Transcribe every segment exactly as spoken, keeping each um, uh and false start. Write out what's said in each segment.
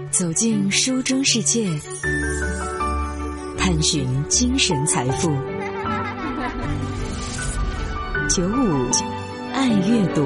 走进书中世界，探寻精神财富。九五爱阅读。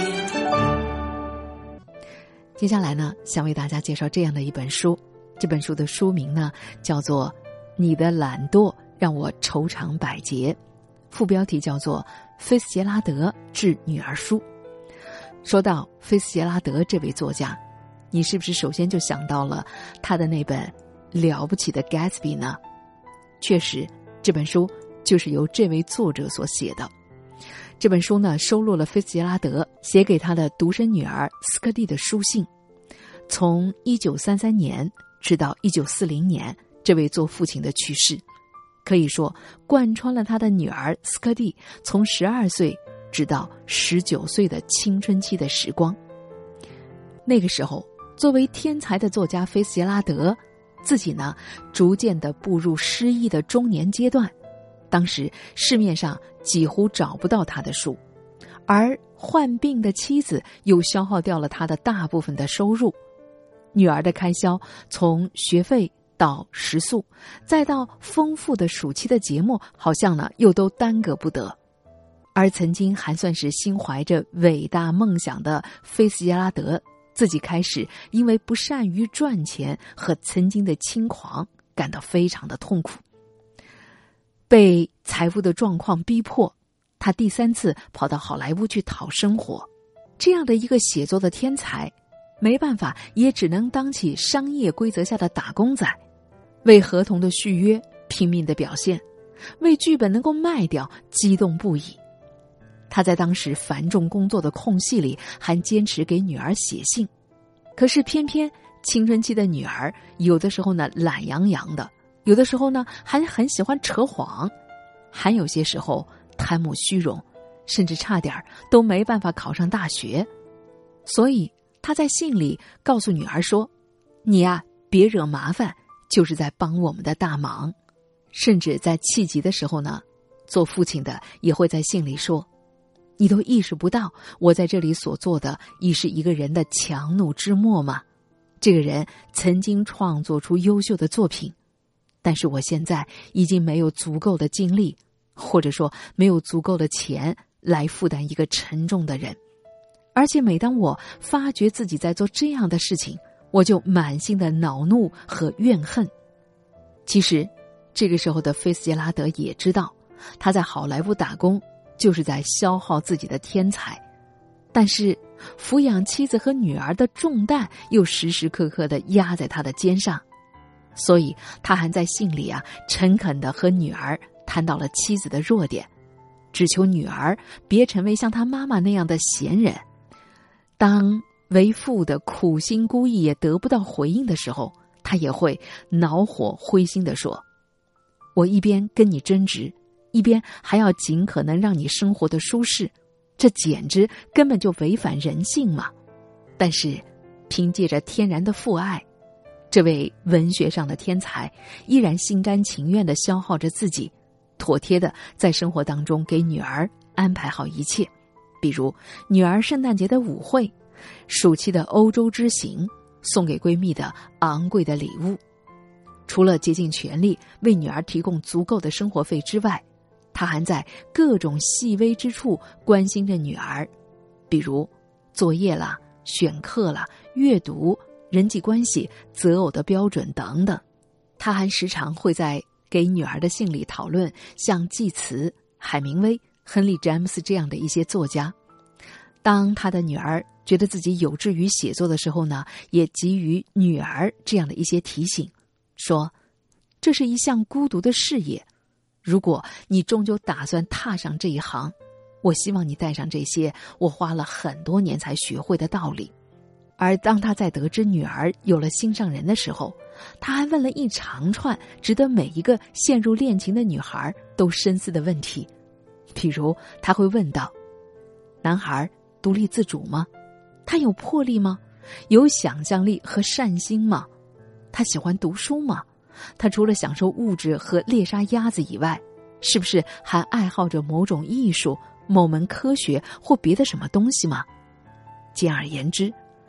接下来呢，想为大家介绍这样的一本书。这本书的书名呢，叫做《你的懒惰让我愁肠百结》，副标题叫做菲茨杰拉德致女儿书。说到菲茨杰拉德这位作家，你是不是首先就想到了他的那本了不起的 Gatsby 呢？确实，这本书就是由这位作者所写的。这本书呢，收录了菲茨杰拉德写给他的独生女儿斯科蒂的书信，从一九三三年直到一九四零年这位做父亲的去世，可以说贯穿了他的女儿斯科蒂从十二岁直到十九岁的青春期的时光。那个时候，作为天才的作家菲茨杰拉德自己呢，逐渐地步入失意的中年阶段。当时市面上几乎找不到他的书，而患病的妻子又消耗掉了他的大部分的收入。女儿的开销从学费到食宿，再到丰富的暑期的节目，好像呢又都耽搁不得。而曾经还算是心怀着伟大梦想的菲茨杰拉德，自己开始因为不善于赚钱和曾经的轻狂感到非常的痛苦。被财务的状况逼迫，他第三次跑到好莱坞去讨生活。这样的一个写作的天才，没办法，也只能当起商业规则下的打工仔，为合同的续约拼命的表现，为剧本能够卖掉激动不已。他在当时繁重工作的空隙里，还坚持给女儿写信。可是偏偏青春期的女儿有的时候呢懒洋洋的，有的时候呢还很喜欢扯谎，还有些时候贪慕虚荣，甚至差点都没办法考上大学。所以他在信里告诉女儿说，你啊别惹麻烦，就是在帮我们的大忙。甚至在气急的时候呢，做父亲的也会在信里说，你都意识不到我在这里所做的已是一个人的强弩之末吗？这个人曾经创作出优秀的作品，但是我现在已经没有足够的精力，或者说没有足够的钱来负担一个沉重的人。而且每当我发觉自己在做这样的事情，我就满心的恼怒和怨恨。其实这个时候的菲茨杰拉德也知道，他在好莱坞打工就是在消耗自己的天才，但是抚养妻子和女儿的重担又时时刻刻地压在他的肩上。所以他还在信里啊，诚恳地和女儿谈到了妻子的弱点，只求女儿别成为像他妈妈那样的闲人。当为父的苦心孤诣也得不到回应的时候，他也会恼火灰心地说，我一边跟你争执，一边还要尽可能让你生活的舒适，这简直根本就违反人性嘛。但是凭借着天然的父爱，这位文学上的天才依然心甘情愿地消耗着自己，妥帖地在生活当中给女儿安排好一切，比如女儿圣诞节的舞会，暑期的欧洲之行，送给闺蜜的昂贵的礼物。除了竭尽全力为女儿提供足够的生活费之外，他还在各种细微之处关心着女儿，比如作业啦、选课啦、阅读、人际关系、择偶的标准等等。他还时常会在给女儿的信里讨论像济慈、海明威、亨利·詹姆斯这样的一些作家。当他的女儿觉得自己有志于写作的时候呢，也给予女儿这样的一些提醒，说这是一项孤独的事业，如果你终究打算踏上这一行，我希望你带上这些我花了很多年才学会的道理。而当他在得知女儿有了心上人的时候，他还问了一长串值得每一个陷入恋情的女孩都深思的问题。比如他会问道，男孩独立自主吗？他有魄力吗？有想象力和善心吗？他喜欢读书吗？他除了享受物质和猎杀鸭子以外，是不是还爱好着某种艺术、某门科学或别的什么东西吗？简而言之，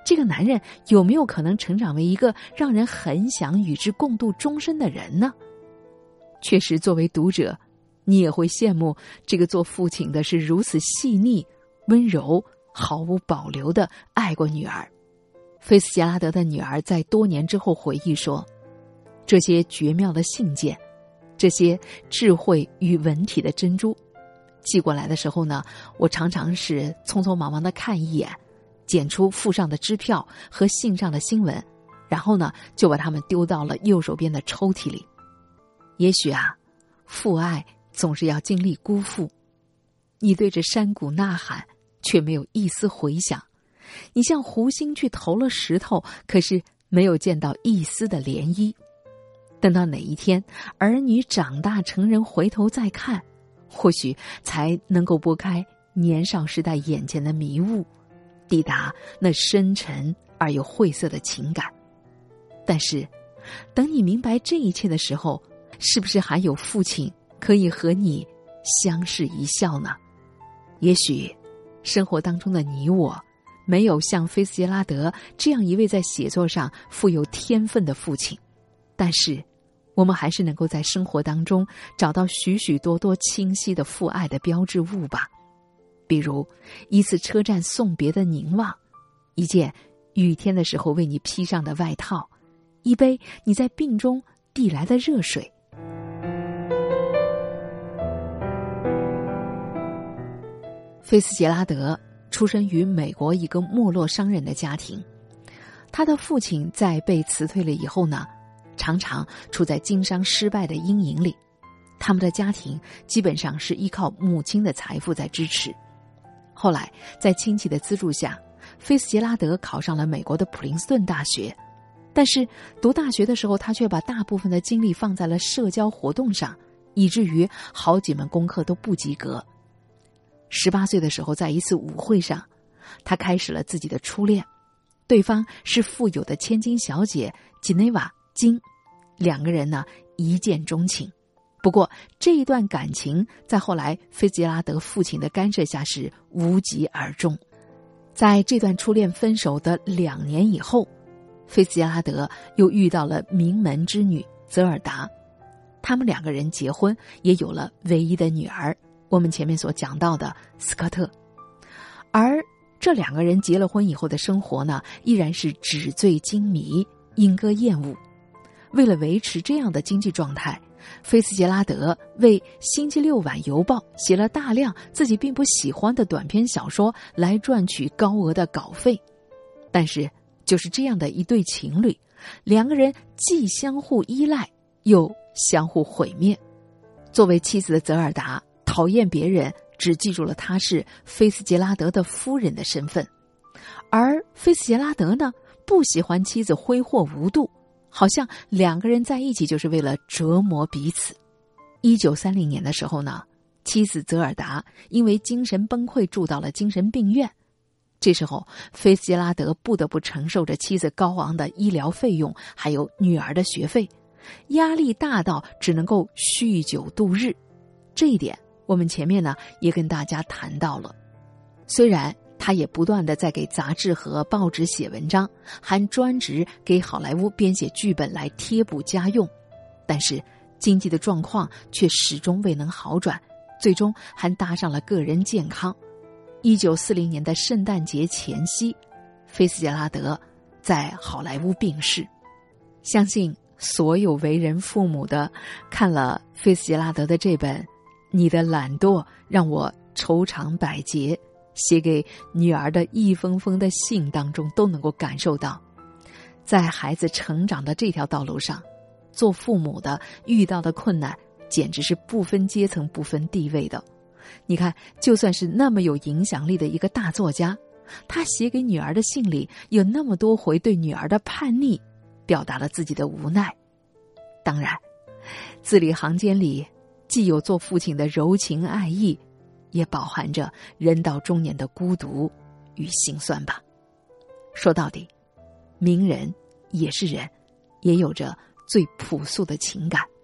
这个男人有没有可能成长为一个让人很想与之共度终身的人呢？确实，作为读者，你也会羡慕这个做父亲的是如此细腻、温柔、毫无保留地爱过女儿。菲茨杰拉德的女儿在多年之后回忆说，这些绝妙的信件，这些智慧与文体的珍珠，寄过来的时候呢，我常常是匆匆忙忙地看一眼，剪出附上的支票和信上的新闻，然后呢，就把它们丢到了右手边的抽屉里。也许啊，父爱总是要经历辜负。你对着山谷呐喊，却没有一丝回响；你向湖心去投了石头，可是没有见到一丝的涟漪。等到哪一天儿女长大成人回头再看，或许才能够拨开年少时代眼前的迷雾，抵达那深沉而又晦涩的情感。但是等你明白这一切的时候，是不是还有父亲可以和你相视一笑呢？也许生活当中的你我没有像菲茨杰拉德这样一位在写作上富有天分的父亲，但是我们还是能够在生活当中找到许许多多清晰的父爱的标志物吧。比如一次车站送别的凝望，一件雨天的时候为你披上的外套，一杯你在病中递来的热水。菲茨杰拉德出生于美国一个没落商人的家庭，他的父亲在被辞退了以后呢，常常处在经商失败的阴影里，他们的家庭基本上是依靠母亲的财富在支持。后来在亲戚的资助下，菲茨杰拉德考上了美国的普林斯顿大学，但是读大学的时候，他却把大部分的精力放在了社交活动上，以至于好几门功课都不及格。十八岁的时候，在一次舞会上，他开始了自己的初恋，对方是富有的千金小姐吉内瓦金，两个人呢一见钟情。不过这一段感情在后来菲茨杰拉德父亲的干涉下是无疾而终。在这段初恋分手的两年以后，菲茨杰拉德又遇到了名门之女泽尔达，他们两个人结婚，也有了唯一的女儿，我们前面所讲到的斯科特。而这两个人结了婚以后的生活呢，依然是纸醉金迷、莺歌燕舞。为了维持这样的经济状态，菲茨杰拉德为《星期六晚邮报》写了大量自己并不喜欢的短篇小说来赚取高额的稿费。但是就是这样的一对情侣，两个人既相互依赖又相互毁灭。作为妻子的泽尔达讨厌别人只记住了她是菲茨杰拉德的夫人的身份，而菲茨杰拉德呢，不喜欢妻子挥霍无度，好像两个人在一起就是为了折磨彼此。一九三零年的时候呢，妻子泽尔达因为精神崩溃住到了精神病院。这时候菲茨杰拉德不得不承受着妻子高昂的医疗费用，还有女儿的学费，压力大到只能够酗酒度日。这一点我们前面呢也跟大家谈到了。虽然他也不断地在给杂志和报纸写文章，还专职给好莱坞编写剧本来贴补家用，但是经济的状况却始终未能好转，最终还搭上了个人健康。一九四零年的圣诞节前夕，菲茨杰拉德在好莱坞病逝。相信所有为人父母的看了菲茨杰拉德的这本《你的懒惰让我愁肠百结》写给女儿的一封封的信当中，都能够感受到，在孩子成长的这条道路上，做父母的遇到的困难简直是不分阶层不分地位的。你看，就算是那么有影响力的一个大作家，他写给女儿的信里有那么多回对女儿的叛逆，表达了自己的无奈。当然字里行间里既有做父亲的柔情爱意，也饱含着人到中年的孤独与心酸吧。说到底，名人也是人，也有着最朴素的情感。